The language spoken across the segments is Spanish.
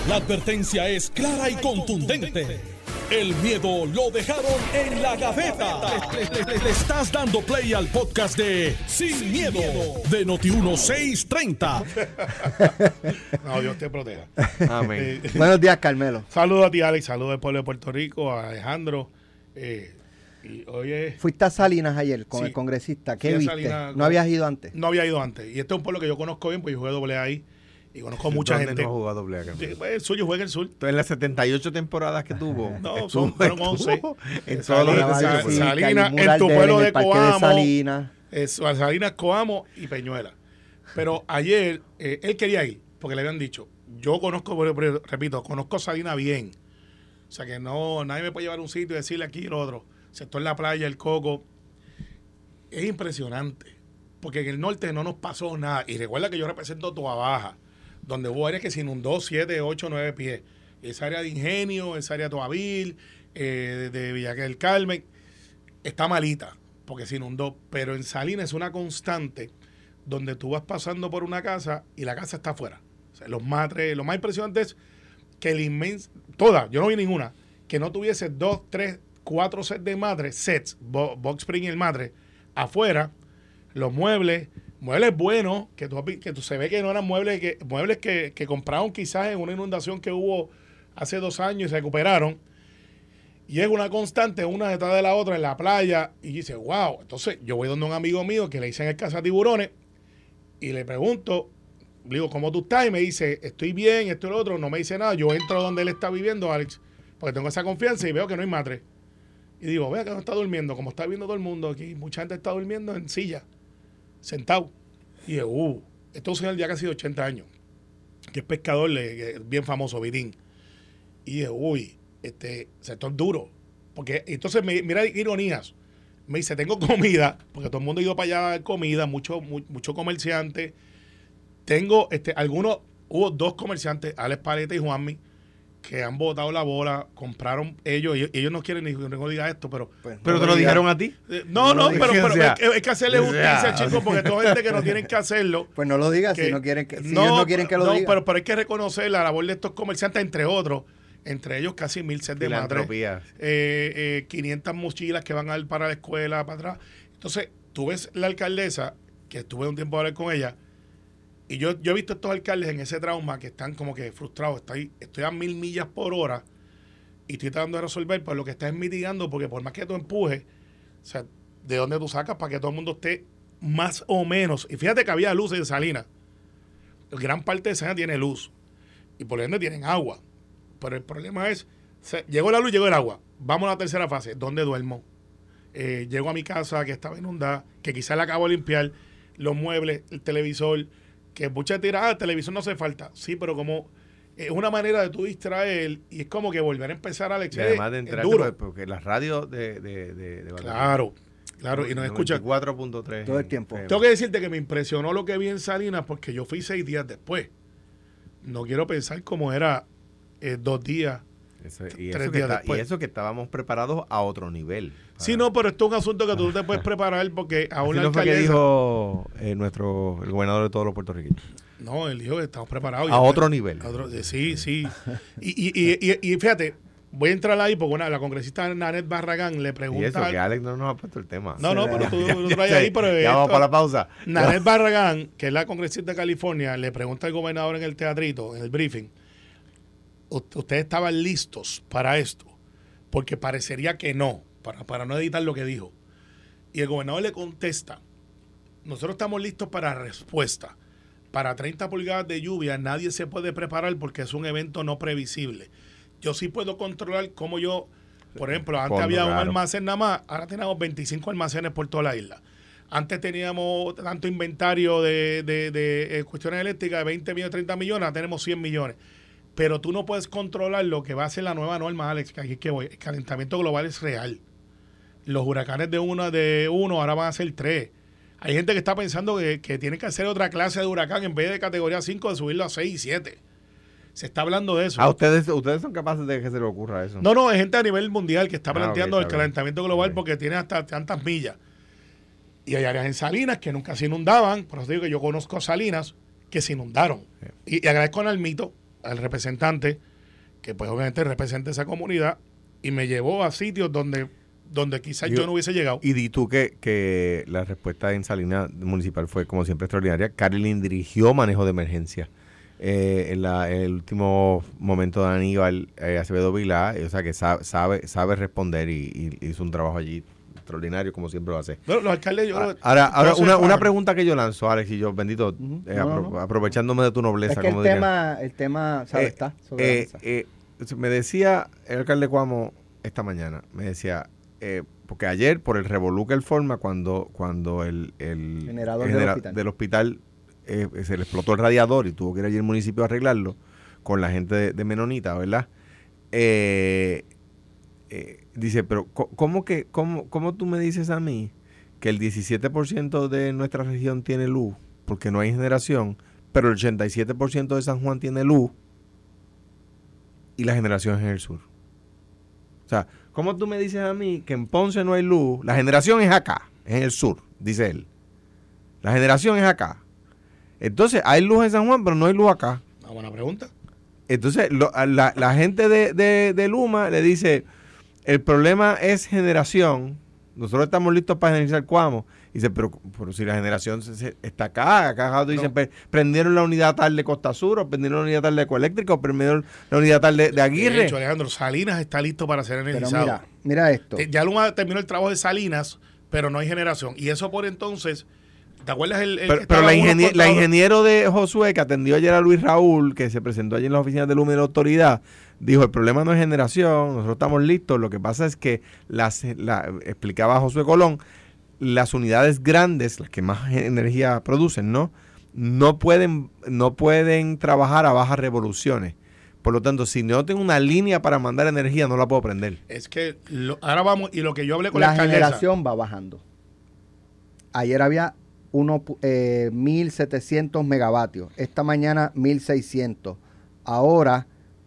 La advertencia es clara y contundente. El miedo lo dejaron en la gaveta. Le estás dando play al podcast de Sin Miedo de Noti1630. No, Dios te proteja. Amén. Buenos días, Carmelo. Saludos a ti, Alex. Saludos al pueblo de Puerto Rico, a Alejandro. Y oye, Fuiste a Salinas ayer con Sí. el congresista. Fui ¿Qué a viste? Salinas ¿No habías ido antes? no había ido antes. Y este es un pueblo que yo conozco bien, pues yo jugué doble A ahí. Y conozco mucha ¿Dónde gente. no ha jugado doble A, Sí, Carmelo? pues, el suyo juega en el sur. Entonces, en las 78 temporadas que tuvo, No, fueron 11. en todos los Salinas, equipos. Sí, que hay Salinas, un mural en tu de él pueblo en el de parque Coamo. Salinas. Salinas, Coamo y Peñuela. Pero ayer él quería ir, porque le habían dicho, yo conozco, repito, conozco Salinas bien. O sea que no, nadie me puede llevar a un sitio y decirle aquí y lo otro. Sector la playa, el coco. Es impresionante, porque en el norte no nos pasó nada. Y recuerda que yo represento Toa Baja, donde hubo áreas que se inundó 7, 8, 9 pies. Esa área de Ingenio, esa área de Toavil, de Villa del Carmen, está malita, porque se inundó. Pero en Salinas es una constante donde tú vas pasando por una casa y la casa está afuera. O sea, los matres, lo más impresionante es que el inmenso, todas, yo no vi ninguna, que no tuviese 2, 3, 4 sets de matres, box spring y el matre, afuera, los muebles buenos, que tú se ve que no eran muebles que compraron quizás en una inundación que hubo hace 2 años y se recuperaron. Y es una constante, una detrás de la otra en la playa. Y dice, wow. Entonces yo voy donde un amigo mío que le dicen el cazatiburones y le pregunto, le digo, ¿cómo tú estás? Y me dice, estoy bien, esto y lo otro. No me dice nada. Yo entro donde él está viviendo, Alex, porque tengo esa confianza y veo que no hay matre. Y digo, vea que no está durmiendo, como está viendo todo el mundo aquí. Mucha gente está durmiendo en silla, sentado. Y digo, este es un señor ya casi de 80 años, que es pescador, que es bien famoso, Vidín. Y dije, este sector duro. Porque entonces, mira ironías. Me dice, tengo comida, porque todo el mundo ha ido para allá a ver comida, mucho comerciante. Tengo hubo 2 comerciantes, Alex Paleta y Juanmi, que han botado la bola, compraron ellos no quieren ni que no diga esto, pero Pero te lo dijeron a ti. no, pero o sea, hay que hacerle justicia, chicos, porque toda gente que no tienen que hacerlo. Pues no lo digas si no quieren que, si ellos no quieren que lo digan. Pero hay que reconocer la labor de estos comerciantes, entre otros, entre ellos casi 1000 sets de madres, 500 mochilas que van a ir para la escuela, para atrás. Entonces, tú ves la alcaldesa, que estuve un tiempo a hablar con ella, y yo he visto a estos alcaldes en ese trauma que están como que frustrados. Estoy a 1000 millas por hora y estoy tratando de resolver, pero lo que está es mitigando, porque por más que tú empujes, o sea, ¿de dónde tú sacas para que todo el mundo esté más o menos? Y fíjate que había luz en Salinas. Gran parte de Salinas tiene luz y por ende tienen agua. Pero el problema es, llegó la luz, llegó el agua. Vamos a la tercera fase. ¿Dónde duermo? Llego a mi casa que estaba inundada, que quizás la acabo de limpiar, los muebles, el televisor, que muchas dirán, el televisor no hace falta. Sí, pero como es una manera de tú distraer y es como que volver a empezar a Y además de entrar, duro. porque las radios de Claro, y nos escuchan 4.3 todo el tiempo. Tengo que decirte que me impresionó lo que vi en Salinas porque yo fui 6 días después. No quiero pensar cómo era 2 días. 3 días días después. Y eso que estábamos preparados a otro nivel. Sí, no, pero esto es un asunto que tú te puedes preparar porque aún la Así no fue que alcaldesa... dijo el gobernador de todos los puertorriqueños. No, él dijo que estamos preparados. A otro nivel. Sí. Y fíjate, voy a entrar ahí porque la congresista Nanette Barragán le pregunta... Y eso, que Alex no nos ha puesto el tema. No, pero tú lo traes ahí, pero... Ya vamos para la pausa. Nanette Barragán, que es la congresista de California, le pregunta al gobernador en el teatrito, en el briefing, ¿ustedes estaban listos para esto? Porque parecería que no, para no editar lo que dijo. Y el gobernador le contesta, nosotros estamos listos para respuesta. Para 30 pulgadas de lluvia nadie se puede preparar porque es un evento no previsible. Yo sí puedo controlar cómo yo, por ejemplo, antes había un almacén nada más, ahora tenemos 25 almacenes por toda la isla. Antes teníamos tanto inventario de cuestiones eléctricas de 20 millones, 30 millones, ahora tenemos 100 millones. Pero tú no puedes controlar lo que va a ser la nueva norma, Alex, que aquí es que voy. El calentamiento global es real. Los huracanes de uno ahora van a ser 3. Hay gente que está pensando que tienen que hacer otra clase de huracán en vez de categoría 5, de subirlo a 6 y 7. Se está hablando de eso. ¿Ustedes son capaces de que se les ocurra eso? No, hay gente a nivel mundial que está planteando okay, el calentamiento global porque tiene hasta tantas millas. Y hay áreas en Salinas que nunca se inundaban, por eso digo que yo conozco Salinas que se inundaron. Y agradezco a Nalmito, al representante, que pues obviamente representa esa comunidad, y me llevó a sitios donde quizás yo no hubiese llegado. Y di tú que la respuesta en Salinas Municipal fue, como siempre, extraordinaria. Carolyn dirigió manejo de emergencia en el último momento de Aníbal Acevedo Vilá, o sea que sabe responder y hizo un trabajo allí extraordinario, como siempre lo hace. Bueno, los alcaldes... Ahora una pregunta que yo lanzo, Alex, y yo, bendito, aprovechándome de tu nobleza. Es que el tema ¿sabes? Está sobre la mesa. Me decía el alcalde Cuamo esta mañana, me decía... porque ayer, por el revolú que él forma, cuando el generador del hospital se le explotó el radiador y tuvo que ir allí al municipio a arreglarlo con la gente de Menonita, ¿verdad? Dice, pero ¿cómo tú me dices a mí que el 17% de nuestra región tiene luz porque no hay generación, pero el 87% de San Juan tiene luz y la generación es en el sur? O sea, ¿cómo tú me dices a mí que en Ponce no hay luz? La generación es acá, es en el sur, dice él. La generación es acá. Entonces, hay luz en San Juan, pero no hay luz acá. Una buena pregunta. Entonces, la gente de Luma le dice, el problema es generación. Nosotros estamos listos para energizar Cuamo. Y dice, pero si la generación está acá dicen, prendieron la unidad tal de Costa Sur, o prendieron la unidad tal de Ecoeléctrica, o prendieron la unidad tal de Aguirre. De hecho, Alejandro, Salinas está listo para ser energizado. Pero mira esto. Ya Luma terminó el trabajo de Salinas, pero no hay generación. Y eso por entonces, ¿te acuerdas pero la ingeniero de Josué, que atendió ayer a Luis Raúl, que se presentó allí en las oficinas de Luma y de la autoridad, dijo, el problema no es generación, nosotros estamos listos, lo que pasa es que explicaba Josué Colón, las unidades grandes, las que más energía producen, no pueden trabajar a bajas revoluciones. Por lo tanto, si no tengo una línea para mandar energía, no la puedo prender. Es que ahora vamos, y lo que yo hablé con la alcaldesa, generación va bajando. Ayer había 1.700 megavatios. Esta mañana 1.600. Ahora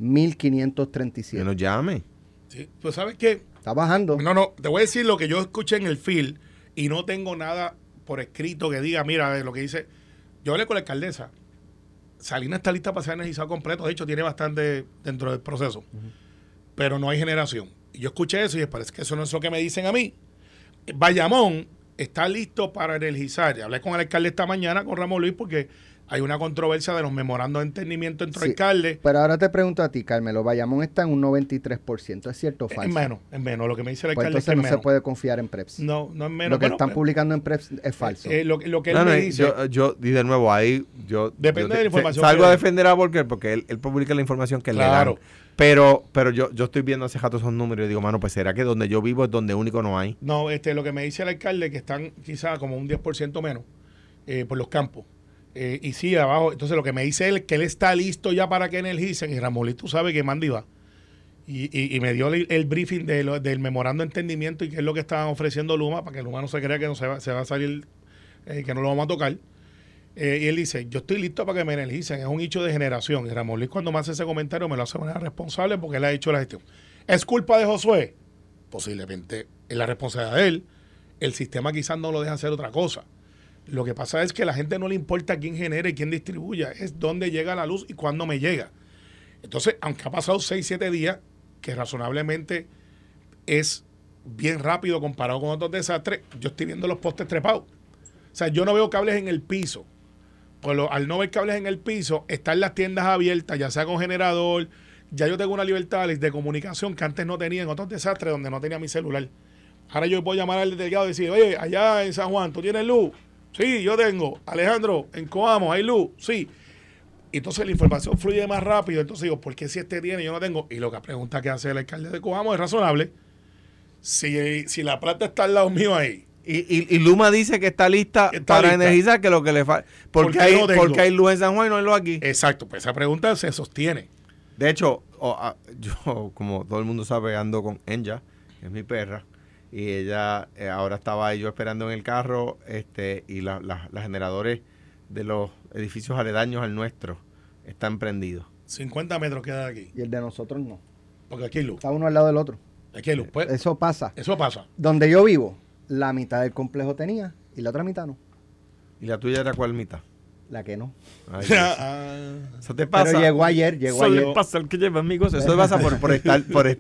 1.537. Que nos llame. Sí, pues ¿sabes qué? Está bajando. No, te voy a decir lo que yo escuché en el field y no tengo nada por escrito que diga, mira, lo que dice. Yo hablé con la alcaldesa. Salinas está lista para ser energizado completo. De hecho, tiene bastante dentro del proceso. Pero no hay generación. Y yo escuché eso y parece que eso no es lo que me dicen a mí. Bayamón está listo para energizar. Y hablé con el alcalde esta mañana, con Ramón Luis, porque hay una controversia de los memorandos de entendimiento entre alcaldes. Pero ahora te pregunto a ti, Carmelo, Bayamón está en un 93%, ¿es cierto o falso? Es menos, lo que me dice el pues alcalde entonces es no se puede confiar en PREPS. No es menos. Lo que están publicando en PREPS es falso. Lo que él me dice... Yo, y de nuevo, ahí depende de la información. Salgo a defender a Volker porque él publica la información que le dan. Pero yo estoy viendo hace rato esos números y digo, mano, pues ¿será que donde yo vivo es donde único no hay? No, lo que me dice el alcalde que están quizás como un 10% menos por los campos. Y sí, abajo. Entonces, lo que me dice él es que él está listo ya para que energicen. Y Ramón Luis, tú sabes que manda y va. Y me dio el briefing del memorando de entendimiento y qué es lo que estaban ofreciendo Luma, para que Luma no se crea que no se va a salir, que no lo vamos a tocar. Y él dice, yo estoy listo para que me energicen. Es un hecho de generación. Y Ramón Luis, cuando me hace ese comentario, me lo hace de manera responsable porque él ha hecho la gestión. ¿Es culpa de Josué? Posiblemente es la responsabilidad de él. El sistema quizás no lo deja hacer otra cosa. Lo que pasa es que a la gente no le importa quién genera y quién distribuya, es dónde llega la luz y cuándo me llega. Entonces, aunque ha pasado 6-7 días, que razonablemente es bien rápido comparado con otros desastres, yo estoy viendo los postes trepados. O sea, yo no veo cables en el piso. Pues al no ver cables en el piso, están las tiendas abiertas, ya sea con generador, ya yo tengo una libertad de comunicación que antes no tenía en otros desastres donde no tenía mi celular. Ahora yo puedo llamar al delegado y decir, oye, allá en San Juan, ¿tú tienes luz? Sí, yo tengo. Alejandro, en Coamo, ¿hay luz? Sí. Entonces la información fluye más rápido. Entonces digo, ¿por qué si este tiene y yo no tengo? Y la pregunta que hace el alcalde de Coamo es razonable. Si la planta está al lado mío ahí. Y Luma dice que está lista para energizar, que lo que le falta. Porque hay luz en San Juan y no hay luz aquí. Exacto, pues esa pregunta se sostiene. De hecho, yo, como todo el mundo sabe, ando con Enya, que es mi perra. Y ella ahora estaba yo esperando en el carro y los generadores de los edificios aledaños al nuestro están prendidos. 50 metros queda de aquí. Y el de nosotros no. Porque aquí hay luz. Está uno al lado del otro. Aquí hay luz. Pues, eso pasa. Donde yo vivo, la mitad del complejo tenía y la otra mitad no. ¿Y la tuya era cuál mitad? La que no. Ay, eso te pasa. Pero llegó ayer. Eso le pasa al que lleva, amigos. Eso te pasa por estar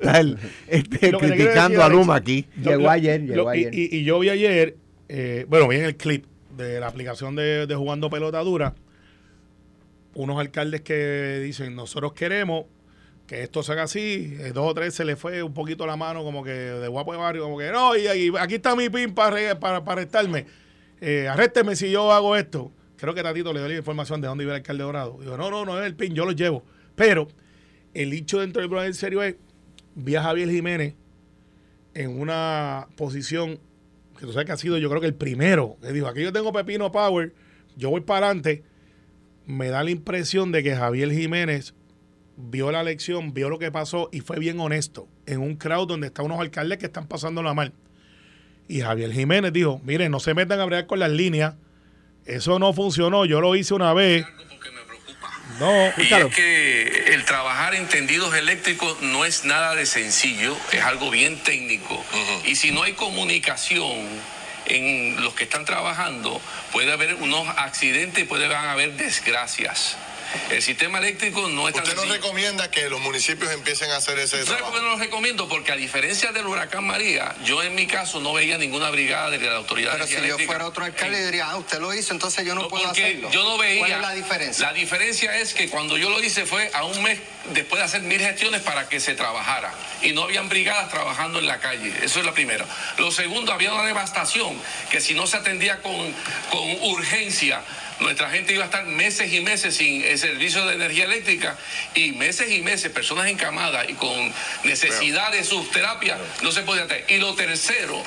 criticando a Luma aquí. Llegó ayer. Y yo vi ayer, vi en el clip de la aplicación de Jugando Pelota Dura, unos alcaldes que dicen, nosotros queremos que esto se haga así, 2 o 3 se le fue un poquito la mano como que de guapo de barrio, como que no, y aquí está mi pin para arrestarme, arrésteme si yo hago esto. Creo que Tatito le dio la información de dónde iba el alcalde Dorado. Digo, no es el pin, yo lo llevo. Pero el hecho dentro del problema en serio es, vi a Javier Jiménez en una posición que tú sabes que ha sido, yo creo que el primero, que dijo, aquí yo tengo Pepino Power, yo voy para adelante. Me da la impresión de que Javier Jiménez vio la elección, vio lo que pasó y fue bien honesto en un crowd donde están unos alcaldes que están pasándola mal. Y Javier Jiménez dijo, miren, no se metan a bregar con las líneas, eso no funcionó, yo lo hice una vez. Porque me preocupa. No, y es que el trabajar en tendidos eléctricos no es nada de sencillo, es algo bien técnico. Y si no hay comunicación en los que están trabajando, puede haber unos accidentes, puede haber desgracias. El sistema eléctrico no es tan ¿Usted nos recomienda que los municipios empiecen a hacer ese trabajo? ¿Sabe por qué no lo recomiendo? Porque a diferencia del huracán María, yo en mi caso no veía ninguna brigada de la autoridad. Pero si yo fuera otro alcalde diría, usted lo hizo, entonces yo no puedo hacerlo. Yo no veía. ¿Cuál es la diferencia? La diferencia es que cuando yo lo hice fue a un mes después de hacer 1000 gestiones para que se trabajara. Y no habían brigadas trabajando en la calle. Eso es la primera. Lo segundo, había una devastación que si no se atendía con urgencia, nuestra gente iba a estar meses y meses sin el servicio de energía eléctrica y meses, personas encamadas y con necesidad de sus terapias, no se podía hacer. Y lo tercero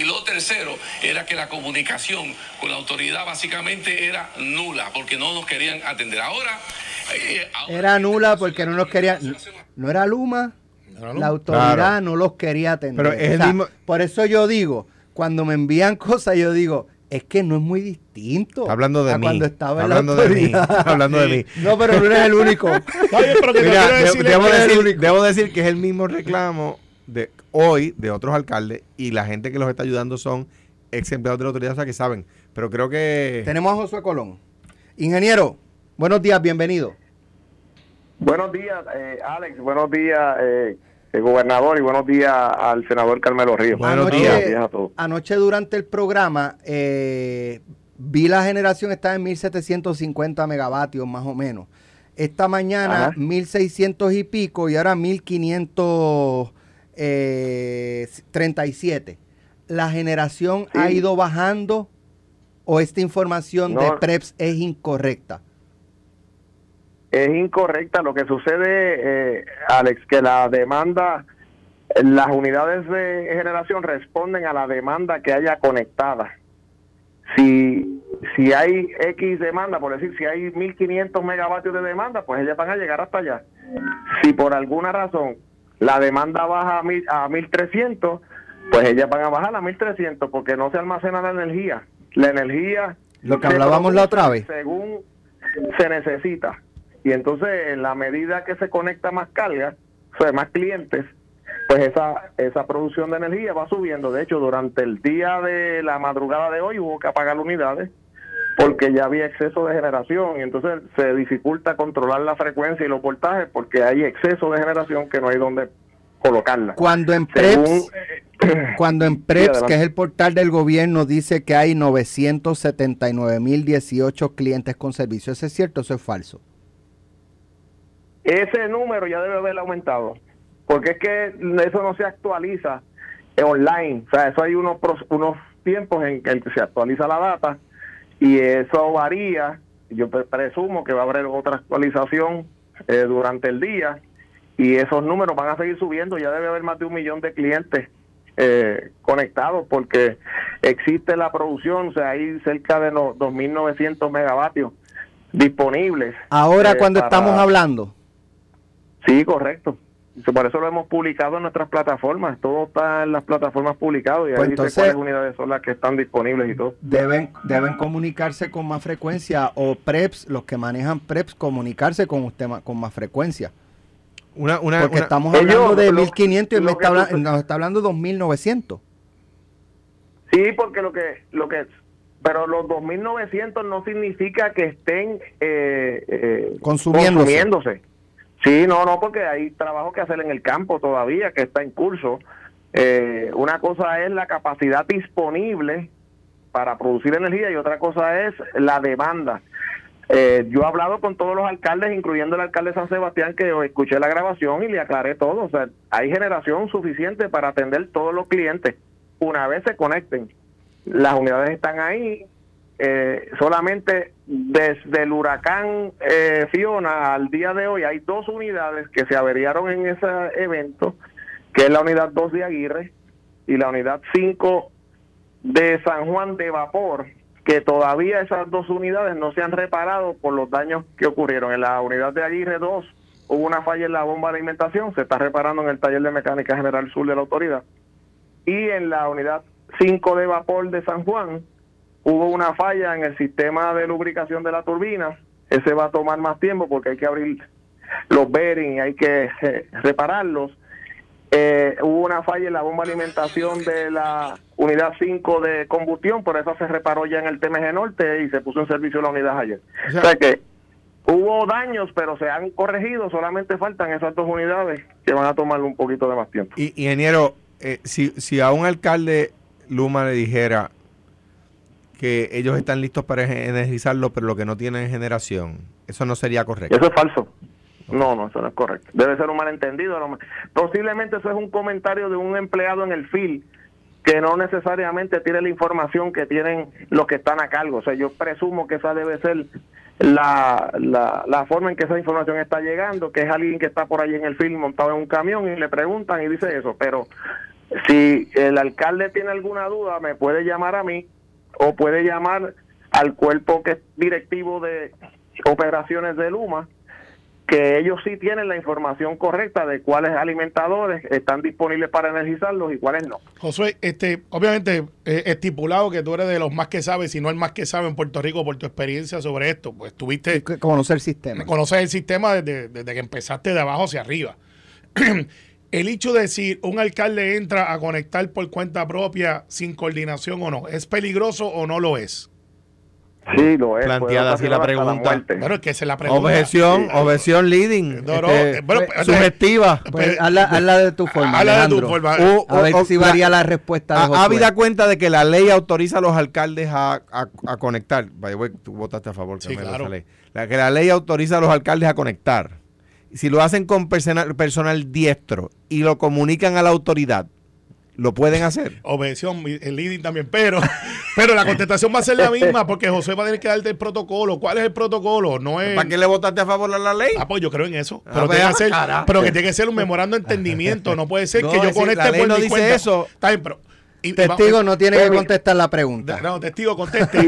era que la comunicación con la autoridad básicamente era nula, porque no nos querían atender. Ahora era nula porque no nos querían. No era Luma, la autoridad no los quería atender. Pero es el mismo. Por eso yo digo, cuando me envían cosas, yo digo, es que no es muy distinto. Está hablando de mí. Cuando estaba Está hablando de mí. Está hablando de mí. No, pero no eres el único. Mira, debo decir que es el mismo reclamo de hoy de otros alcaldes y la gente que los está ayudando son ex empleados de la autoridad, o sea que saben. Pero creo que... Tenemos a Josué Colón. Ingeniero, buenos días, bienvenido. Buenos días, Alex. Buenos días, el gobernador, y buenos días al senador Carmelo Ríos. Buenos días a todos. Anoche durante el programa vi la generación estaba en 1750 megavatios más o menos. Esta mañana 1600 y pico y ahora 1537. ¿La generación ha ido bajando o esta información de PREPS es incorrecta? Es incorrecta. Lo que sucede, Alex, que la demanda, las unidades de generación responden a la demanda que haya conectada. Si hay X demanda, por decir, si hay 1500 megavatios de demanda, pues ellas van a llegar hasta allá. Si por alguna razón la demanda baja a 1300, pues ellas van a bajar a 1300 porque no se almacena la energía. La energía... Lo que hablábamos la otra vez. Según se necesita. Y entonces, en la medida que se conecta más carga, o sea, más clientes, pues esa producción de energía va subiendo. De hecho, durante el día de la madrugada de hoy hubo que apagar unidades porque ya había exceso de generación y entonces se dificulta controlar la frecuencia y los voltajes porque hay exceso de generación que no hay donde colocarla. Cuando en PREPS, que es el portal del gobierno, dice que hay 979.018 clientes con servicio. ¿Eso es cierto o eso es falso? Ese número ya debe haber aumentado, porque es que eso no se actualiza online. O sea, eso hay unos tiempos en que se actualiza la data y eso varía. Yo presumo que va a haber otra actualización durante el día y esos números van a seguir subiendo. Ya debe haber más de 1 millón de clientes conectados porque existe la producción. O sea, hay cerca de 2.900 megavatios disponibles. Ahora cuando estamos hablando. Sí, correcto. Por eso lo hemos publicado en nuestras plataformas. Todo está en las plataformas publicado y pues ahí entonces, dice cuáles unidades son las que están disponibles y todo. Deben comunicarse con más frecuencia o PREPS, los que manejan PREPS, comunicarse con usted con más frecuencia. Porque estamos hablando de 1.500 y nos está hablando de 2.900. Sí, porque lo que pero los 2.900 no significa que estén consumiéndose. Sí, no, porque hay trabajo que hacer en el campo todavía, que está en curso. Una cosa es la capacidad disponible para producir energía y otra cosa es la demanda. Yo he hablado con todos los alcaldes, incluyendo el alcalde de San Sebastián, que escuché la grabación y le aclaré todo. O sea, hay generación suficiente para atender todos los clientes. Una vez se conecten, las unidades están ahí. Solamente desde el huracán Fiona al día de hoy hay 2 unidades que se averiaron en ese evento, que es la unidad 2 de Aguirre y la unidad 5 de San Juan de Vapor, que todavía esas 2 unidades no se han reparado por los daños que ocurrieron. En la unidad de Aguirre 2 hubo una falla en la bomba de alimentación, se está reparando en el taller de mecánica general sur de la autoridad. Y en la unidad 5 de Vapor de San Juan hubo una falla en el sistema de lubricación de la turbina. Ese va a tomar más tiempo porque hay que abrir los bearings y hay que repararlos. Hubo una falla en la bomba de alimentación de la unidad 5 de combustión, por eso se reparó ya en el TMG Norte y se puso en servicio la unidad ayer. O sea que hubo daños, pero se han corregido, solamente faltan esas 2 unidades que van a tomar un poquito de más tiempo. Ingeniero, si a un alcalde Luma le dijera que ellos están listos para energizarlo, pero lo que no tienen es generación, ¿eso no sería correcto? Eso es falso. No, eso no es correcto. Debe ser un malentendido. Posiblemente eso es un comentario de un empleado en el field que no necesariamente tiene la información que tienen los que están a cargo. O sea, yo presumo que esa debe ser la forma en que esa información está llegando, que es alguien que está por ahí en el field montado en un camión y le preguntan y dice eso. Pero si el alcalde tiene alguna duda, me puede llamar a mí o puede llamar al cuerpo que es directivo de operaciones de Luma, que ellos sí tienen la información correcta de cuáles alimentadores están disponibles para energizarlos y cuáles no. Josué, obviamente estipulado que tú eres de los más que sabes, si no el más que sabe en Puerto Rico por tu experiencia sobre esto, pues tuviste... Conocer el sistema. Conocer el sistema desde que empezaste de abajo hacia arriba. El hecho de si un alcalde entra a conectar por cuenta propia sin coordinación o no, ¿es peligroso o no lo es? Sí, lo es. Planteada así la pregunta. Pero es que esa es la pregunta. Objeción leading. Sugestiva. Pues hazla de tu forma. Hazla de tu forma. A ver si varía la respuesta de Josué. Habida cuenta de que la ley autoriza a los alcaldes a conectar. Tú votaste a favor. Sí, claro. Que la ley autoriza a los alcaldes a conectar. Si lo hacen con personal diestro y lo comunican a la autoridad, ¿lo pueden hacer? Objeción, el leading también, pero la contestación va a ser la misma porque José va a tener que darte el protocolo. ¿Cuál es el protocolo? No es... ¿Para qué le votaste a favor a la ley? Pues yo creo en eso. Pero que tiene que ser un memorando de entendimiento. No puede ser que yo conecte la ley por no mi dice cuenta. eso. Está bien, pero... Testigo no tiene que contestar la pregunta. No, testigo, conteste.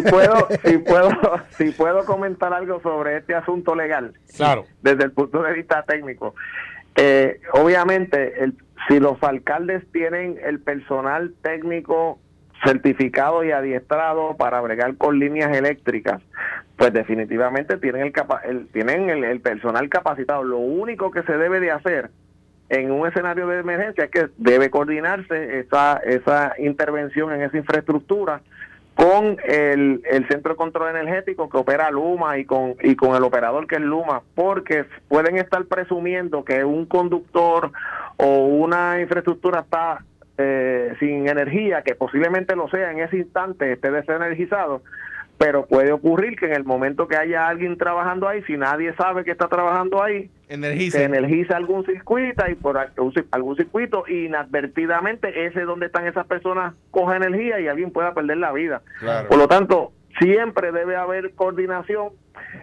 Si puedo comentar algo sobre este asunto legal. Claro. Desde el punto de vista técnico. Obviamente, si los alcaldes tienen el personal técnico certificado y adiestrado para bregar con líneas eléctricas, pues definitivamente tienen el personal capacitado. Lo único que se debe de hacer en un escenario de emergencia es que debe coordinarse esa intervención en esa infraestructura con el Centro de Control Energético que opera Luma y con el operador que es Luma, porque pueden estar presumiendo que un conductor o una infraestructura está sin energía, que posiblemente lo sea en ese instante, esté desenergizado, pero puede ocurrir que en el momento que haya alguien trabajando ahí, si nadie sabe que está trabajando ahí, se energiza algún circuito y por algún circuito inadvertidamente ese donde están esas personas coge energía y alguien pueda perder la vida. Claro. Por lo tanto, siempre debe haber coordinación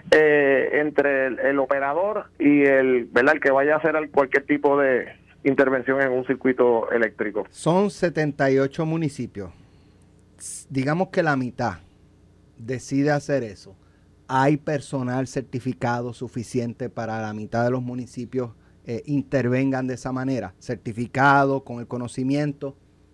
entre el operador y el que vaya a hacer cualquier tipo de intervención en un circuito eléctrico. Son 78 municipios. Digamos que la mitad decide hacer eso. ¿Hay personal certificado suficiente para la mitad de los municipios intervengan de esa manera? ¿Certificado, con el conocimiento?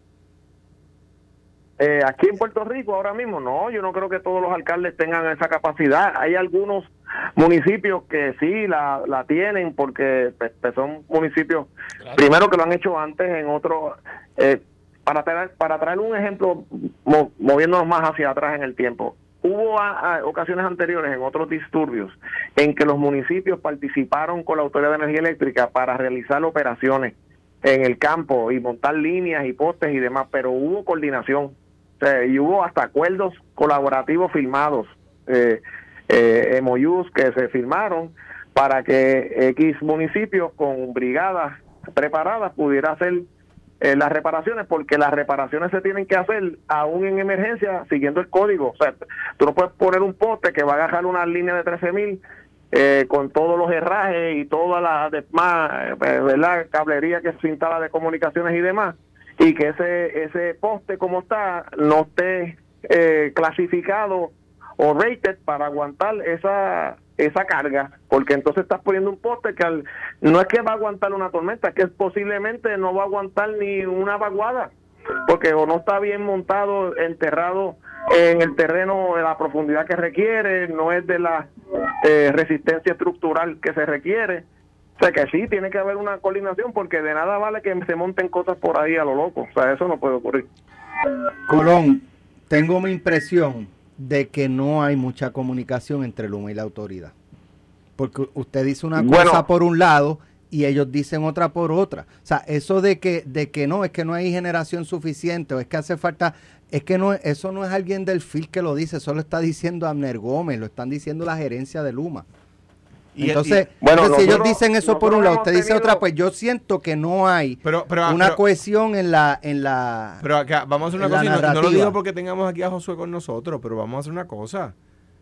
Aquí en Puerto Rico ahora mismo no, yo no creo que todos los alcaldes tengan esa capacidad. Hay algunos municipios que sí la tienen porque pues, son municipios, primero que lo han hecho antes, en otros para traer un ejemplo, moviéndonos más hacia atrás en el tiempo, hubo ocasiones anteriores en otros disturbios en que los municipios participaron con la Autoridad de Energía Eléctrica para realizar operaciones en el campo y montar líneas y postes y demás, pero hubo coordinación, o sea, y hubo hasta acuerdos colaborativos firmados, MOUs que se firmaron para que X municipios con brigadas preparadas pudiera hacer las reparaciones, porque las reparaciones se tienen que hacer aún en emergencia siguiendo el código. O sea, tú no puedes poner un poste que va a agarrar una línea de 13.000 con todos los herrajes y toda la demás, ¿verdad?, cablería que se instala de comunicaciones y demás, y que ese poste como está no esté clasificado o rated para aguantar esa carga, porque entonces estás poniendo un poste que no es que va a aguantar una tormenta, es que posiblemente no va a aguantar ni una vaguada, porque o no está bien montado, enterrado en el terreno de la profundidad que requiere, no es de la resistencia estructural que se requiere. O sea que sí, tiene que haber una coordinación, porque de nada vale que se monten cosas por ahí a lo loco. O sea, eso no puede ocurrir. Colón, tengo mi impresión de que no hay mucha comunicación entre Luma y la autoridad, porque usted dice una cosa por un lado y ellos dicen otra por otra. O sea, eso de que no, es que no hay generación suficiente, o es que hace falta, es que no, eso no es alguien del FIL que lo dice, eso lo está diciendo Abner Gómez, lo están diciendo la gerencia de Luma. Entonces, si ellos dicen eso por un lado, usted dice otra, pues yo siento que no hay una cohesión en la pero acá vamos a hacer una cosa, y no lo digo porque tengamos aquí a Josué con nosotros, pero vamos a hacer una cosa.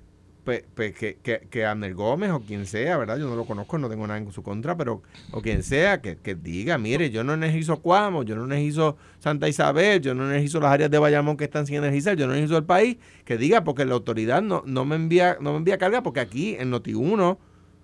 Que Abner Gómez o quien sea, ¿verdad? Yo no lo conozco, no tengo nada en su contra, pero o quien sea, que diga, mire, yo no energizo Cuamo, yo no energizo Santa Isabel, yo no energizo las áreas de Bayamón que están sin energizar, yo no energizo el país, que diga, porque la autoridad no me envía carga, porque aquí en Noti1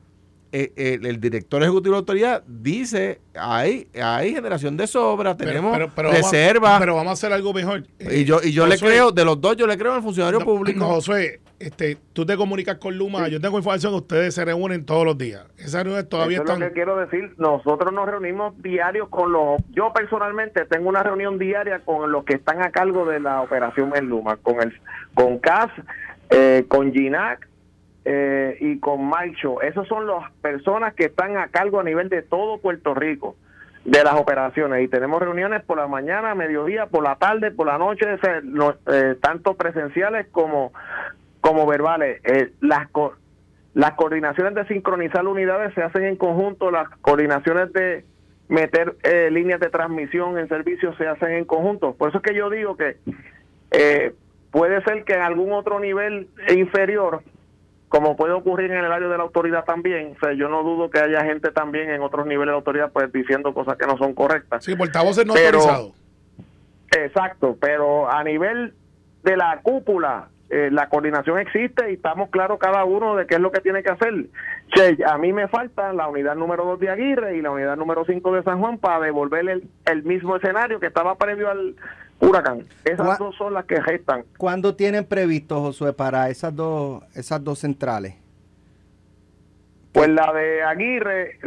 el director ejecutivo de la autoridad dice hay generación de sobra, tenemos reserva. Pero vamos a hacer algo mejor. Y yo Josué, le creo, de los dos yo le creo al funcionario público. Josué, tú te comunicas con Luma, sí. Yo tengo información que ustedes se reúnen todos los días. Esas reuniones todavía están. Es lo que quiero decir, nosotros nos reunimos diarios yo personalmente tengo una reunión diaria con los que están a cargo de la operación en Luma, con CAS, con GINAC, y con Maicho. Esos son las personas que están a cargo a nivel de todo Puerto Rico de las operaciones, y tenemos reuniones por la mañana, mediodía, por la tarde, por la noche, tanto presenciales como verbales. Las coordinaciones de sincronizar unidades se hacen en conjunto, las coordinaciones de meter líneas de transmisión en servicio se hacen en conjunto. Por eso es que yo digo que puede ser que en algún otro nivel inferior, como puede ocurrir en el área de la autoridad también, o sea, yo no dudo que haya gente también en otros niveles de la autoridad pues diciendo cosas que no son correctas. Sí, portavoces no autorizados. Exacto, pero a nivel de la cúpula, la coordinación existe y estamos claros cada uno de qué es lo que tiene que hacer. Che, a mí me falta la unidad número 2 de Aguirre y la unidad número 5 de San Juan para devolver el mismo escenario que estaba previo al huracán. Esas dos son las que restan. ¿Cuándo tienen previsto, Josué, para esas dos centrales? Pues la de Aguirre,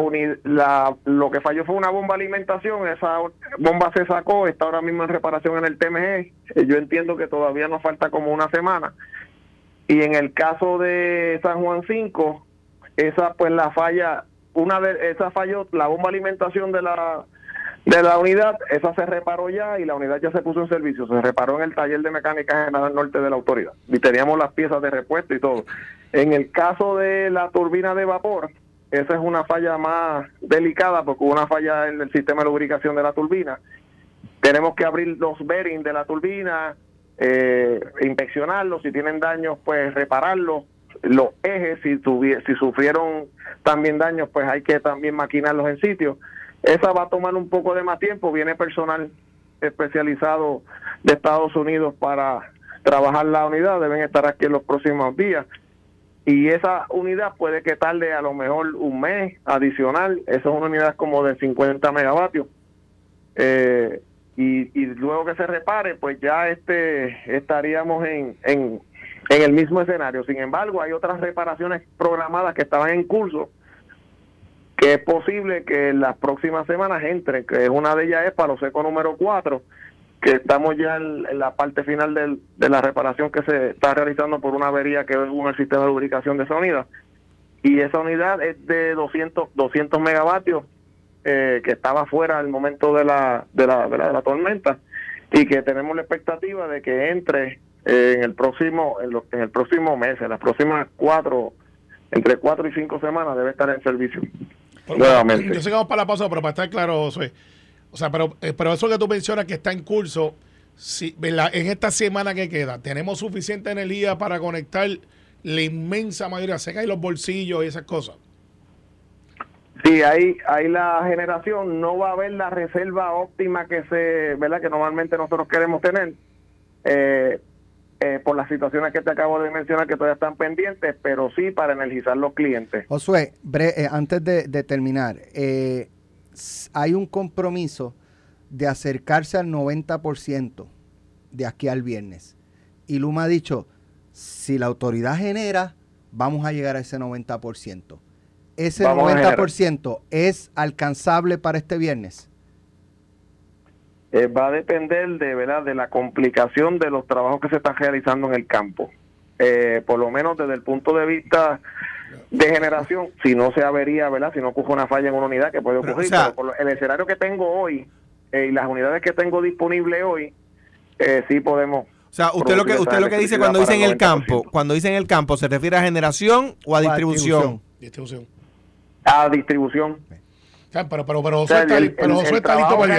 lo que falló fue una bomba de alimentación. Esa bomba se sacó, está ahora mismo en reparación en el TMG. Yo entiendo que todavía nos falta como una semana. Y en el caso de San Juan 5, esa pues la falla, esa falló la bomba de alimentación de la unidad, esa se reparó ya y la unidad ya se puso en servicio, se reparó en el taller de mecánica general norte de la autoridad y teníamos las piezas de repuesto y todo. En el caso de la turbina de vapor, esa es una falla más delicada porque hubo una falla en el sistema de lubricación de la turbina. Tenemos que abrir los bearings de la turbina, inspeccionarlos, si tienen daños pues repararlos, los ejes si sufrieron también daños pues hay que también maquinarlos en sitio. Esa va a tomar un poco de más tiempo, viene personal especializado de Estados Unidos para trabajar la unidad, deben estar aquí en los próximos días, y esa unidad puede que tarde a lo mejor un mes adicional. Esa es una unidad como de 50 megavatios, y luego que se repare pues ya estaríamos en el mismo escenario. Sin embargo, hay otras reparaciones programadas que estaban en curso, que es posible que en las próximas semanas entren, que una de ellas es Palo Seco número 4, que estamos ya en la parte final de la reparación que se está realizando por una avería que hubo en el sistema de lubricación de esa unidad. Y esa unidad es de 200 megavatios, que estaba fuera al momento de la tormenta, y que tenemos la expectativa de que entre en el próximo mes, en las próximas entre 4 y 5 semanas debe estar en servicio nuevamente. Yo sé que vamos para la pausa, pero para estar claro, Josué, o sea, pero eso que tú mencionas que está en curso, si, en esta semana que queda, ¿tenemos suficiente energía para conectar la inmensa mayoría? Sé que hay los bolsillos y esas cosas. Sí, hay la generación, no va a haber la reserva óptima que normalmente nosotros queremos tener, por las situaciones que te acabo de mencionar que todavía están pendientes, pero sí para energizar los clientes. Josué, antes de terminar, hay un compromiso de acercarse al 90% de aquí al viernes. Y Luma ha dicho, si la autoridad genera, vamos a llegar a ese 90%. ¿Ese 90% es alcanzable para este viernes? Va a depender de la complicación de los trabajos que se están realizando en el campo. Por lo menos desde el punto de vista de generación, si no se avería, si no ocurre una falla en una unidad, que puede ocurrir, pero por el escenario que tengo hoy y las unidades que tengo disponibles hoy, sí podemos. O sea, usted lo que dice cuando dice en el campo, ¿se refiere a generación o a distribución? Distribución. A distribución. O sea, pero Josué está listo para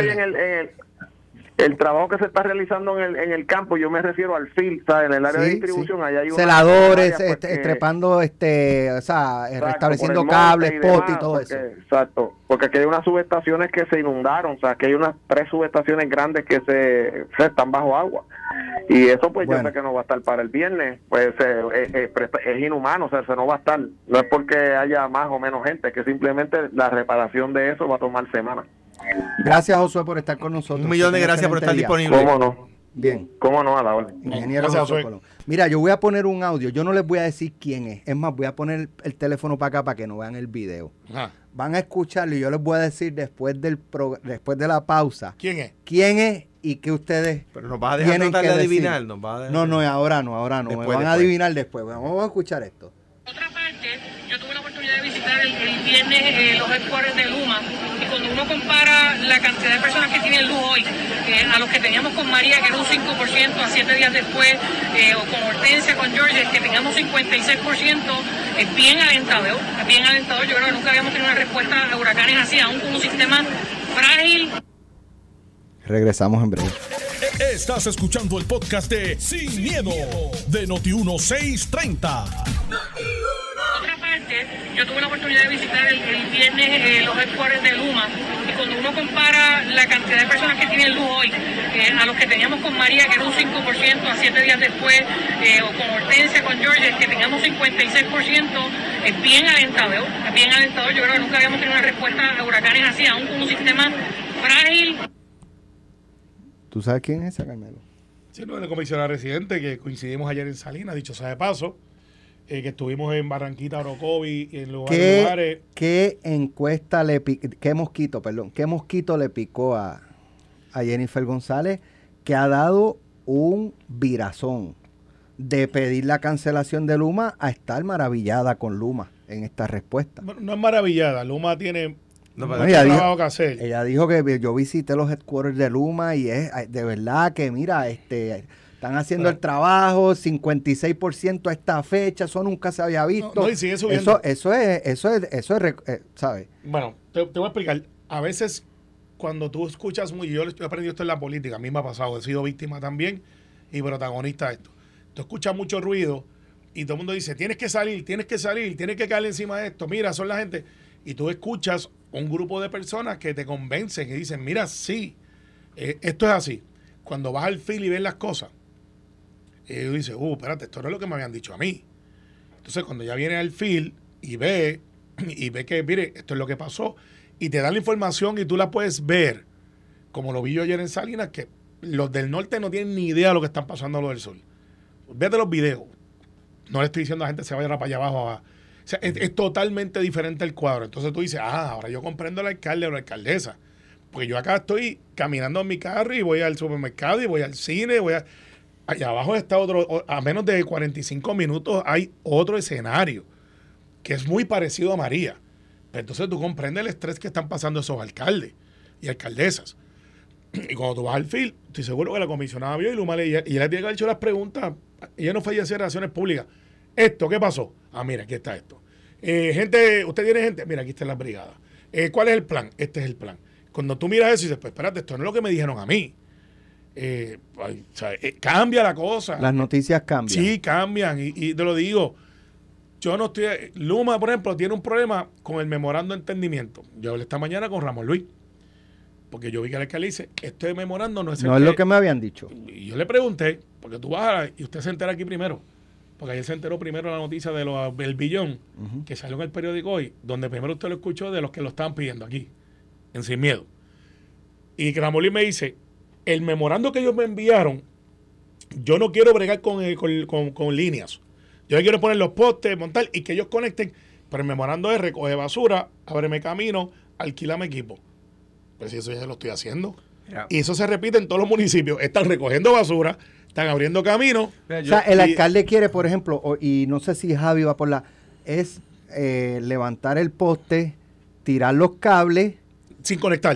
el trabajo que se está realizando en el campo, yo me refiero al field, ¿sabes? En el área de distribución, allá hay celadores, trepando, restableciendo cables, pot y todo eso. Exacto, porque aquí hay unas subestaciones que se inundaron, o sea, que hay unas 3 subestaciones grandes que se están bajo agua. Y eso pues yo sé que no va a estar para el viernes, pues es inhumano, o sea, eso no va a estar. No es porque haya más o menos gente, es que simplemente la reparación de eso va a tomar semanas. Gracias, Josué, por estar con nosotros. 1.000.000 de gracias por estar disponible. ¿Cómo no? Bien. ¿Cómo no? A la orden. Ingeniero Josué Colón. Mira, yo voy a poner un audio. Yo no les voy a decir quién es. Es más, voy a poner el teléfono para acá para que no vean el video. Ajá. Van a escucharlo y yo les voy a decir después de la pausa. ¿Quién es? ¿Quién es y qué ustedes Pero nos va a dejar tratar de adivinar. No, ahora no. Me van a adivinar después. Vamos a escuchar esto. Otra parte, yo tuve la oportunidad de visitar el viernes los headquarters de Luma, y cuando uno compara la cantidad de personas que tienen luz hoy a los que teníamos con María, que era un 5% a 7 días después, o con Hortensia, con George, que teníamos 56%, es bien alentador. Yo creo que nunca habíamos tenido una respuesta a huracanes así, aún con un sistema frágil. Regresamos en breve. Estás escuchando el podcast de Sin Miedo de Noti1 630. Otra parte, yo tuve la oportunidad de visitar el viernes los headquarters de Luma, y cuando uno compara la cantidad de personas que tienen luz hoy a los que teníamos con María, que era un 5% a 7 días después, o con Hortensia, con George, que teníamos 56%, es bien alentador. Yo creo que nunca habíamos tenido una respuesta a huracanes así, aún con un sistema frágil. ¿Tú sabes quién es esa, Carmelo? Sí, no, el comisionado residente, que coincidimos ayer en Salinas, dicho sea de paso, que estuvimos en Barranquita, Orocovi, y en lugares. ¿Qué mosquito le picó a Jennifer González, que ha dado un virazón de pedir la cancelación de Luma a estar maravillada con Luma en esta respuesta? No es maravillada, Luma tiene... Ella dijo que yo visité los headquarters de Luma y es de verdad que mira, están haciendo el trabajo, 56% a esta fecha, eso nunca se había visto. Y sigue subiendo. Eso es, ¿sabes? Bueno, te voy a explicar. A veces cuando tú escuchas yo he aprendido esto en la política, a mí me ha pasado, he sido víctima también y protagonista de esto. Tú escuchas mucho ruido y todo el mundo dice, tienes que salir, tienes que caer encima de esto, mira, son la gente. Y tú escuchas un grupo de personas que te convencen y dicen, mira, sí, esto es así. Cuando vas al field y ves las cosas, ellos dicen, espérate, esto no es lo que me habían dicho a mí. Entonces, cuando ya viene al field y ve que, mire, esto es lo que pasó, y te dan la información y tú la puedes ver, como lo vi yo ayer en Salinas, que los del norte no tienen ni idea de lo que están pasando a los del sur. Vete los videos. No le estoy diciendo a la gente se vaya para allá abajo. O sea, es totalmente diferente el cuadro. Entonces tú dices, ahora yo comprendo al alcalde o la alcaldesa. Porque yo acá estoy caminando en mi carro y voy al supermercado y voy al cine, allá abajo está otro, a menos de 45 minutos hay otro escenario que es muy parecido a María. Entonces tú comprendes el estrés que están pasando esos alcaldes y alcaldesas. Y cuando tú vas al FIL, estoy seguro que la comisionada vio y Luma y ella tiene que haber hecho las preguntas. Ella no fue a hacer relaciones públicas. ¿Esto qué pasó? Ah, mira, aquí está esto. Gente, ¿usted tiene gente? Mira, aquí está la brigada. ¿Cuál es el plan? Este es el plan. Cuando tú miras eso y dices, pues espérate, esto no es lo que me dijeron a mí. Cambia la cosa. Las noticias cambian. Sí, cambian. Y te lo digo, yo no estoy... Luma, por ejemplo, tiene un problema con el memorando de entendimiento. Yo hablé esta mañana con Ramón Luis, porque yo vi que el alcalde dice, este memorando no es el No es lo que me habían dicho. Y yo le pregunté, porque tú vas y usted se entera aquí primero, porque ayer se enteró primero la noticia del billón, que salió en el periódico hoy, donde primero usted lo escuchó de los que lo estaban pidiendo aquí, en Sin Miedo. Y Ramón Luis me dice, el memorando que ellos me enviaron, yo no quiero bregar con líneas. Yo le quiero poner los postes, montar y que ellos conecten, pero el memorando es recoge basura, ábreme camino, alquílame equipo. Pues si eso ya lo estoy haciendo. Yeah. Y eso se repite en todos los municipios. Están recogiendo basura, están abriendo camino. O sea, el alcalde quiere, por ejemplo, y no sé si Javi va por es levantar el poste, tirar los cables. Sin conectar.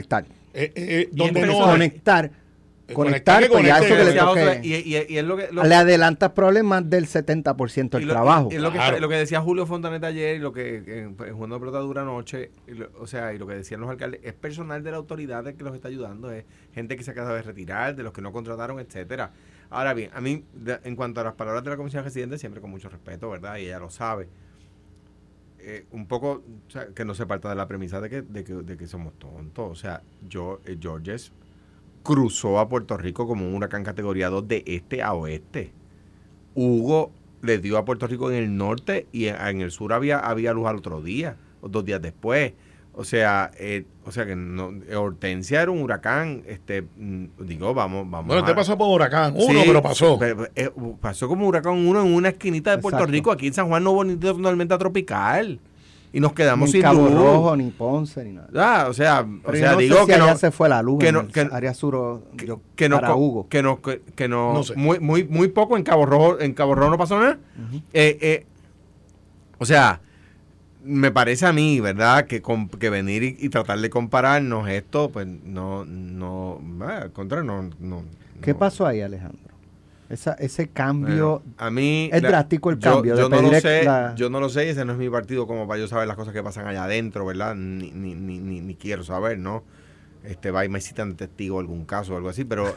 Donde no conectar. Conectar, pues ya eso que le toque. Y es lo que le adelantas problemas del 70% del trabajo. Y lo que decía Julio Fontaneta ayer y lo que en Jugando de Pelota Dura anoche, y lo que decían los alcaldes, es personal de la autoridad el que los está ayudando, es gente que se acaba de retirar, de los que no contrataron, etcétera. Ahora bien, a mí, en cuanto a las palabras de la comisión residente, siempre con mucho respeto, ¿verdad? Y ella lo sabe. Un poco, o sea, que no se parta de la premisa de que somos tontos. O sea, Georges cruzó a Puerto Rico como un huracán categoría 2 de este a oeste. Hugo le dio a Puerto Rico en el norte y en el sur había luz al otro día, o 2 días después. O sea que no, Hortensia era un huracán, vamos. Bueno, te pasó por huracán 1, pero pasó. Pasó como huracán 1 en una esquinita de Puerto Rico. Aquí en San Juan no hubo ni tormenta tropical. Y nos quedamos sin Cabo luz. Rojo, ni Ponce, ni nada. Digo que allá se fue la luz que área sur para Hugo. No sé. Muy poco en Cabo Rojo no pasó nada. O sea, me parece a mí, ¿verdad? Que venir y tratar de compararnos esto, pues al contrario, no. ¿Qué pasó ahí, Alejandro? Ese cambio, a mí es drástico el cambio. Yo no lo sé, y ese no es mi partido como para yo saber las cosas que pasan allá adentro, ¿verdad? Ni quiero saber, ¿no? Va y me citan de testigo algún caso o algo así, pero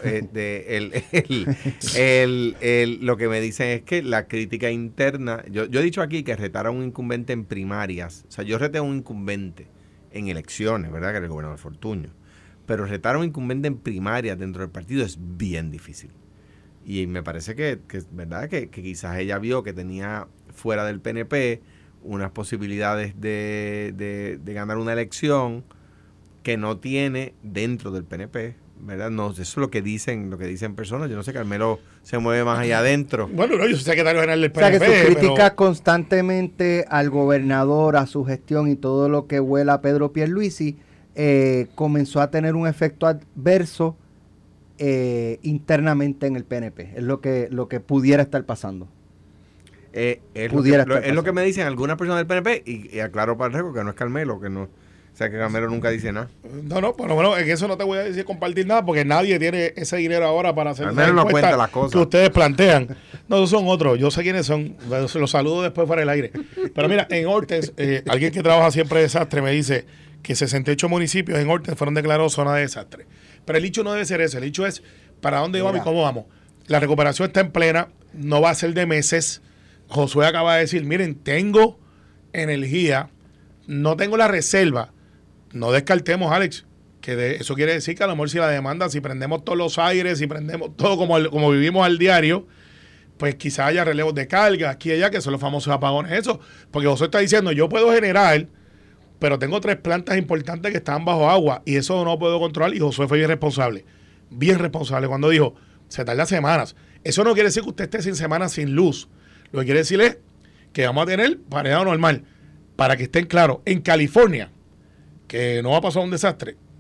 lo que me dicen es que la crítica interna, yo he dicho aquí que retar a un incumbente en primarias, o sea, yo reté a un incumbente en elecciones, ¿verdad? Que era el gobernador Fortuño, pero retar a un incumbente en primarias dentro del partido es bien difícil. Y me parece que verdad que quizás ella vio que tenía fuera del PNP unas posibilidades de ganar una elección que no tiene dentro del PNP, ¿verdad? No, eso es lo que dicen personas. Yo no sé, Carmelo se mueve más allá adentro. Bueno, no, yo sé que tal vez ganar el PNP. O sea, que su crítica constantemente al gobernador, a su gestión y todo lo que huela a Pedro Pierluisi, comenzó a tener un efecto adverso internamente en el PNP. Es lo que pudiera estar pasando. Es lo que me dicen algunas personas del PNP, y aclaro para el récord que no es Carmelo, que no, o sea, que Carmelo nunca dice nada. No, bueno, en eso no te voy a decir compartir nada, porque nadie tiene ese dinero ahora para hacer Carmelo no cuenta las cosas que ustedes plantean. No, son otros, yo sé quiénes son, los saludo después fuera del aire. Pero mira, en Hortens, alguien que trabaja siempre de desastre me dice que 68 municipios en Hortens fueron declarados zona de desastre. Pero el hecho no debe ser eso, el hecho es para dónde vamos y cómo vamos. La recuperación está en plena, no va a ser de meses. Josué acaba de decir, miren, tengo energía, no tengo la reserva. No descartemos, Alex, que eso quiere decir que a lo mejor si la demanda, si prendemos todos los aires, si prendemos todo como vivimos al diario, pues quizá haya relevos de carga aquí y allá, que son los famosos apagones. Eso, porque Josué está diciendo, yo puedo generar, pero tengo 3 plantas importantes que están bajo agua y eso no lo puedo controlar. Y Josué fue bien responsable cuando dijo, se tarda semanas. Eso no quiere decir que usted esté sin semanas sin luz. Lo que quiere decir es que vamos a tener paridad normal. Para que estén claros, en California, que no va a pasar un desastre,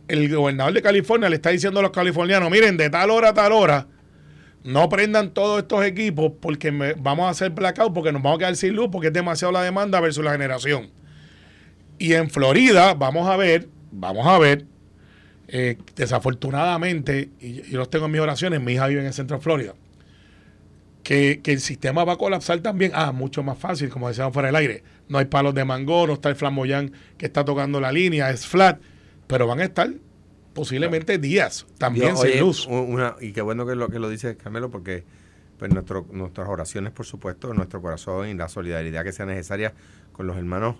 el gobernador de California le está diciendo a los californianos, miren, de tal hora a tal hora, no prendan todos estos equipos porque vamos a hacer blackout porque nos vamos a quedar sin luz porque es demasiado la demanda versus la generación. Y en Florida vamos a ver, desafortunadamente, y yo los tengo en mis oraciones, mi hija vive en el centro de Florida, que el sistema va a colapsar también. Mucho más fácil, como decíamos fuera del aire. No hay palos de mango, no está el flamboyán que está tocando la línea, es flat, pero van a estar posiblemente días también sin luz. Y qué bueno que lo dice Carmelo, porque pues nuestras oraciones, por supuesto, nuestro corazón y la solidaridad que sea necesaria con los hermanos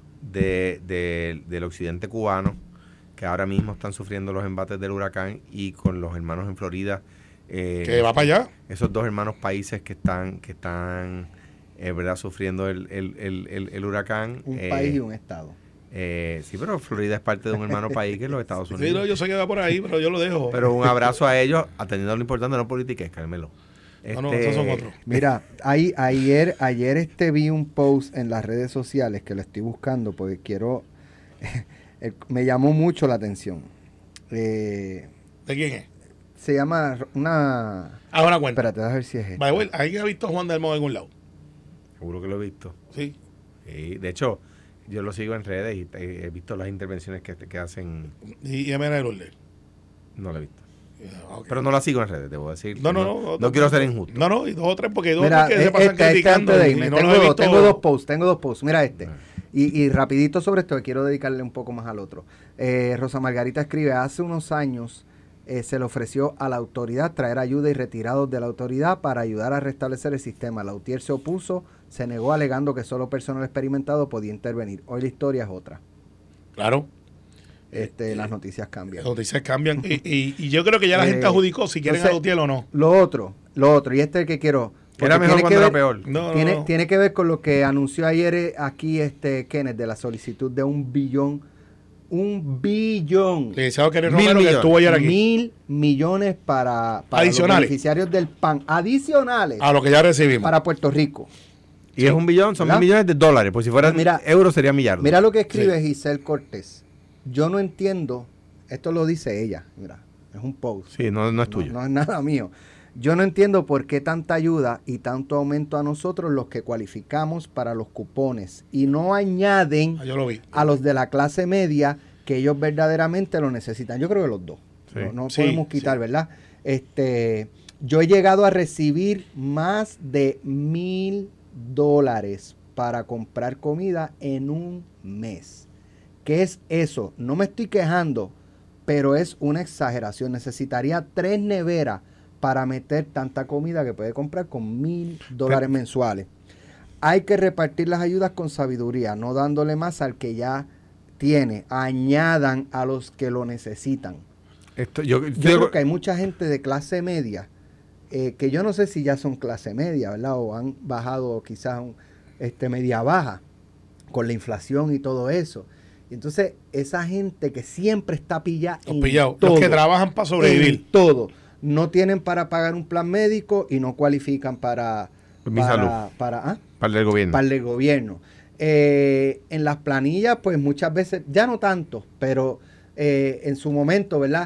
del occidente cubano, que ahora mismo están sufriendo los embates del huracán, y con los hermanos en Florida. Que va para allá. Esos dos hermanos países que están ¿verdad? Sufriendo el huracán. Un país y un estado. Sí, pero Florida es parte de un hermano país que es los Estados Unidos. Sí, no, yo sé que va por ahí, pero yo lo dejo. Pero un abrazo a ellos, atendiendo a lo importante, no politiques, Carmelo. No, esos son otros. Mira, ayer vi un post en las redes sociales que lo estoy buscando porque quiero... me llamó mucho la atención. ¿De quién es? Se llama una cuenta. Espérate, a ver si es esta. ¿Alguien ha visto a Juan Dalmau en algún lado? Seguro que lo he visto. Sí. De hecho, yo lo sigo en redes y he visto las intervenciones que hacen. ¿Y Emena de Lourdes? No lo he visto. Okay. Pero no la sigo en redes, debo decir. No quiero ser injusto. No, y dos o tres, porque Mira, que se pasan criticando. Tengo dos posts. Mira este. Y rapidito sobre esto, que quiero dedicarle un poco más al otro. Rosa Margarita escribe, hace unos años se le ofreció a la autoridad traer ayuda y retirados de la autoridad para ayudar a restablecer el sistema. Lautier se opuso, se negó alegando que solo personal experimentado podía intervenir. Hoy la historia es otra. Claro. Las noticias cambian. Las noticias cambian. y yo creo que ya la gente adjudicó si quieren a Lautier o no. Lo otro, y este es el que quiero... Era mejor cuando era peor. Tiene que ver con lo que anunció ayer aquí Kenneth, de la solicitud de $1 billón. $1 billón. Le decía a Kenneth Romero que estuvo ayer aquí. $1,000 millones para adicionales, los beneficiarios del PAN. Adicionales. A lo que ya recibimos. Para Puerto Rico. Y es $1 billón, son $1,000 millones de dólares. Pues si fueran euros sería millardos. Mira lo que escribe Giselle Cortés. Yo no entiendo, esto lo dice ella, mira, es un post. Sí, no es tuyo. No es nada mío. Yo no entiendo por qué tanta ayuda y tanto aumento a nosotros los que cualificamos para los cupones y no añaden a los de la clase media que ellos verdaderamente lo necesitan. Yo creo que los dos. Sí. No podemos quitar, ¿verdad? Yo he llegado a recibir más de $1,000 para comprar comida en un mes. ¿Qué es eso? No me estoy quejando, pero es una exageración. Necesitaría 3 neveras para meter tanta comida que puede comprar con $1,000 mensuales. Hay que repartir las ayudas con sabiduría, no dándole más al que ya tiene. Añadan a los que lo necesitan. Yo creo que hay mucha gente de clase media, que yo no sé si ya son clase media, ¿verdad? O han bajado quizás media baja con la inflación y todo eso. Y entonces, esa gente que siempre está pillada en todo. Los que trabajan para sobrevivir. En todo. No tienen para pagar un plan médico y no cualifican para el del gobierno. Para el del gobierno. En las planillas, pues muchas veces, ya no tanto, pero en su momento, ¿verdad?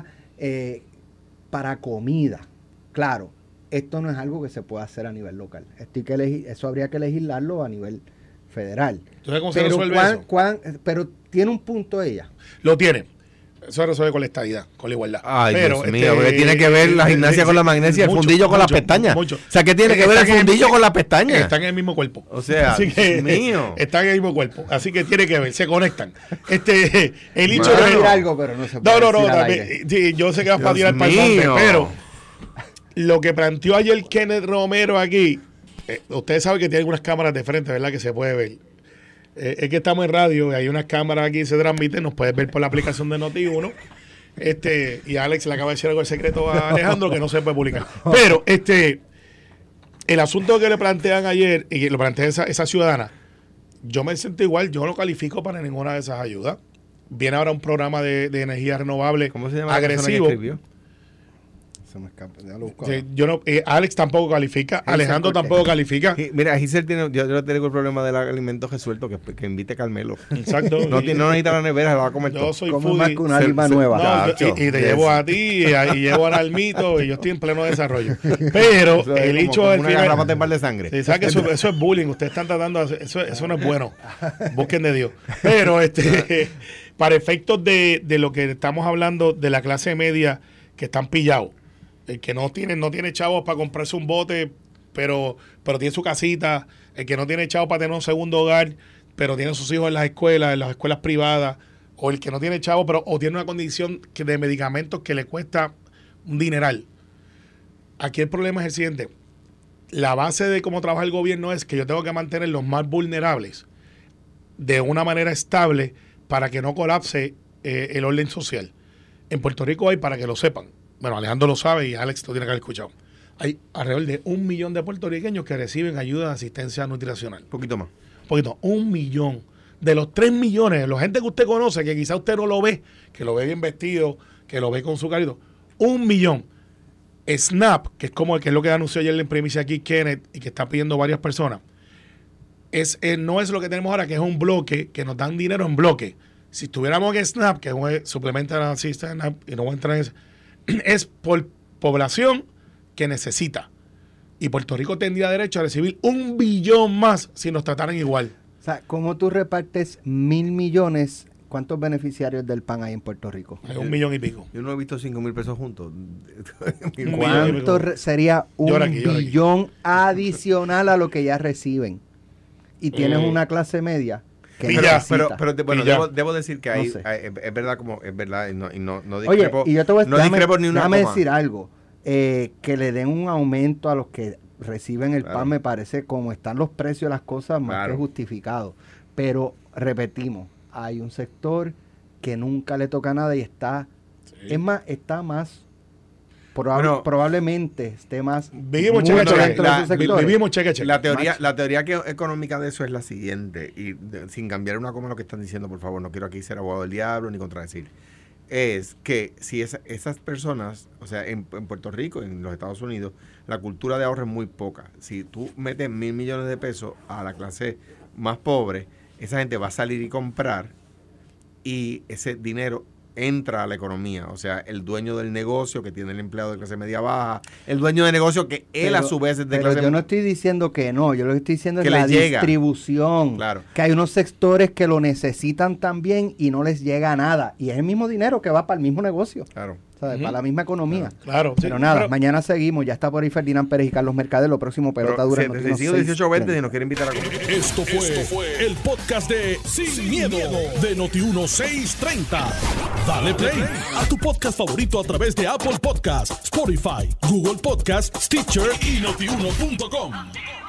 Para comida. Claro, esto no es algo que se pueda hacer a nivel local. Eso habría que legislarlo a nivel federal. Entonces, ¿cómo se resuelve eso? Pero tiene un punto ella. Lo tiene. Eso se resuelve con la estadidad, con la igualdad. Ay, pero, Dios mío, porque tiene que ver la gimnasia con la magnesia, el fundillo con las pestañas. O sea, ¿qué tiene que ver el fundillo con las pestañas? Están en el mismo cuerpo. O sea, así que, Dios mío. Están en el mismo cuerpo. Así que tiene que ver, se conectan. El hecho de decir algo, pero no se puede decir sí, yo sé que vas para tirar para el monte, pero lo que planteó ayer Kenneth Romero aquí, ustedes saben que tiene algunas cámaras de frente, ¿verdad? Que se puede ver. Es que estamos en radio y hay unas cámaras aquí que se transmiten, nos puedes ver por la aplicación de Noti1. Y Alex le acaba de decir algo de secreto a Alejandro que no se puede publicar. Pero el asunto que le plantean ayer, y lo plantea esa ciudadana, yo me siento igual, yo no califico para ninguna de esas ayudas. Viene ahora un programa de energía renovable. ¿Cómo se llama? Agresivo. se me escapa. Ya lo busco. Sí, yo no, Alex tampoco califica, Alejandro tampoco califica. Mira, Giselle tiene, yo tengo el problema del alimento resuelto, que invite Carmelo. Exacto. No necesita la nevera, se la va a comer todo. Yo soy Como foodie. más que una lima nueva. No, y te llevo a ti y llevo a Almito y yo estoy en pleno desarrollo. Pero Eso es el como hecho del una garrafata en par de sangre. Sí, ¿sabes que eso es bullying? Ustedes están tratando de hacer, eso no es bueno. Busquen de Dios. Pero para efectos de lo que estamos hablando de la clase media que están pillados, el que no tiene chavos para comprarse un bote, pero tiene su casita, el que no tiene chavos para tener un segundo hogar, pero tiene sus hijos en las escuelas privadas, o el que no tiene chavos, o tiene una condición de medicamentos que le cuesta un dineral. Aquí el problema es el siguiente. La base de cómo trabaja el gobierno es que yo tengo que mantener los más vulnerables de una manera estable para que no colapse el orden social. En Puerto Rico hay, para que lo sepan, bueno, Alejandro lo sabe y Alex lo tiene que haber escuchado, hay alrededor de 1 millón de puertorriqueños que reciben ayuda de asistencia nutricional. Un poquito más. 1 millón. De los 3 millones, la gente que usted conoce, que quizá usted no lo ve, que lo ve bien vestido, que lo ve con su carito, 1 millón. SNAP, que es lo que anunció ayer en primicia aquí Kenneth y que está pidiendo varias personas, no es lo que tenemos ahora, que es un bloque, que nos dan dinero en bloque. Si tuviéramos que SNAP, que es un suplemento de SNAP, y no voy a entrar en eso, es por población que necesita. Y Puerto Rico tendría derecho a recibir 1 billón más si nos trataran igual. O sea, ¿cómo tú repartes 1.000 millones? ¿Cuántos beneficiarios del PAN hay en Puerto Rico? Hay 1 millón y pico. Yo no he visto 5,000 pesos juntos. ¿Cuánto sería un billón adicional a lo que ya reciben? Y tienes una clase media que pero debo decir que ahí es verdad, y no discrepo. Oye, y yo te voy a discrepo ni una déjame coma. decir algo. Que le den un aumento a los que reciben el PAN me parece, como están los precios de las cosas, más que justificado. Pero repetimos, hay un sector que nunca le toca nada y está, es más, está más probablemente esté más vivimos cheque. La teoría económica de eso es la siguiente, y sin cambiar una coma lo que están diciendo, por favor, no quiero aquí ser abogado del diablo ni contradecir, es que si esas personas, o sea, en Puerto Rico, en los Estados Unidos, la cultura de ahorro es muy poca. Si tú metes 1.000 millones de pesos a la clase más pobre, esa gente va a salir y comprar, y ese dinero entra a la economía. O sea, el dueño del negocio que tiene el empleado de clase media baja, el dueño de negocio que él a su vez es de clase media. Yo no estoy diciendo que no, yo lo que estoy diciendo es la distribución. Claro. Que hay unos sectores que lo necesitan también y no les llega nada. Y es el mismo dinero que va para el mismo negocio. Claro. ¿Sabes? Para la misma economía. Claro. Pero nada, mañana seguimos. Ya está por ahí Ferdinand Pérez y Carlos Mercader. Lo próximo, Pelota Dura. 18-20 y nos quiere invitar a comer. Esto fue el podcast de Sin Miedo de Noti1630. Dale play a tu podcast favorito a través de Apple Podcasts, Spotify, Google Podcasts, Stitcher y Notiuno.com.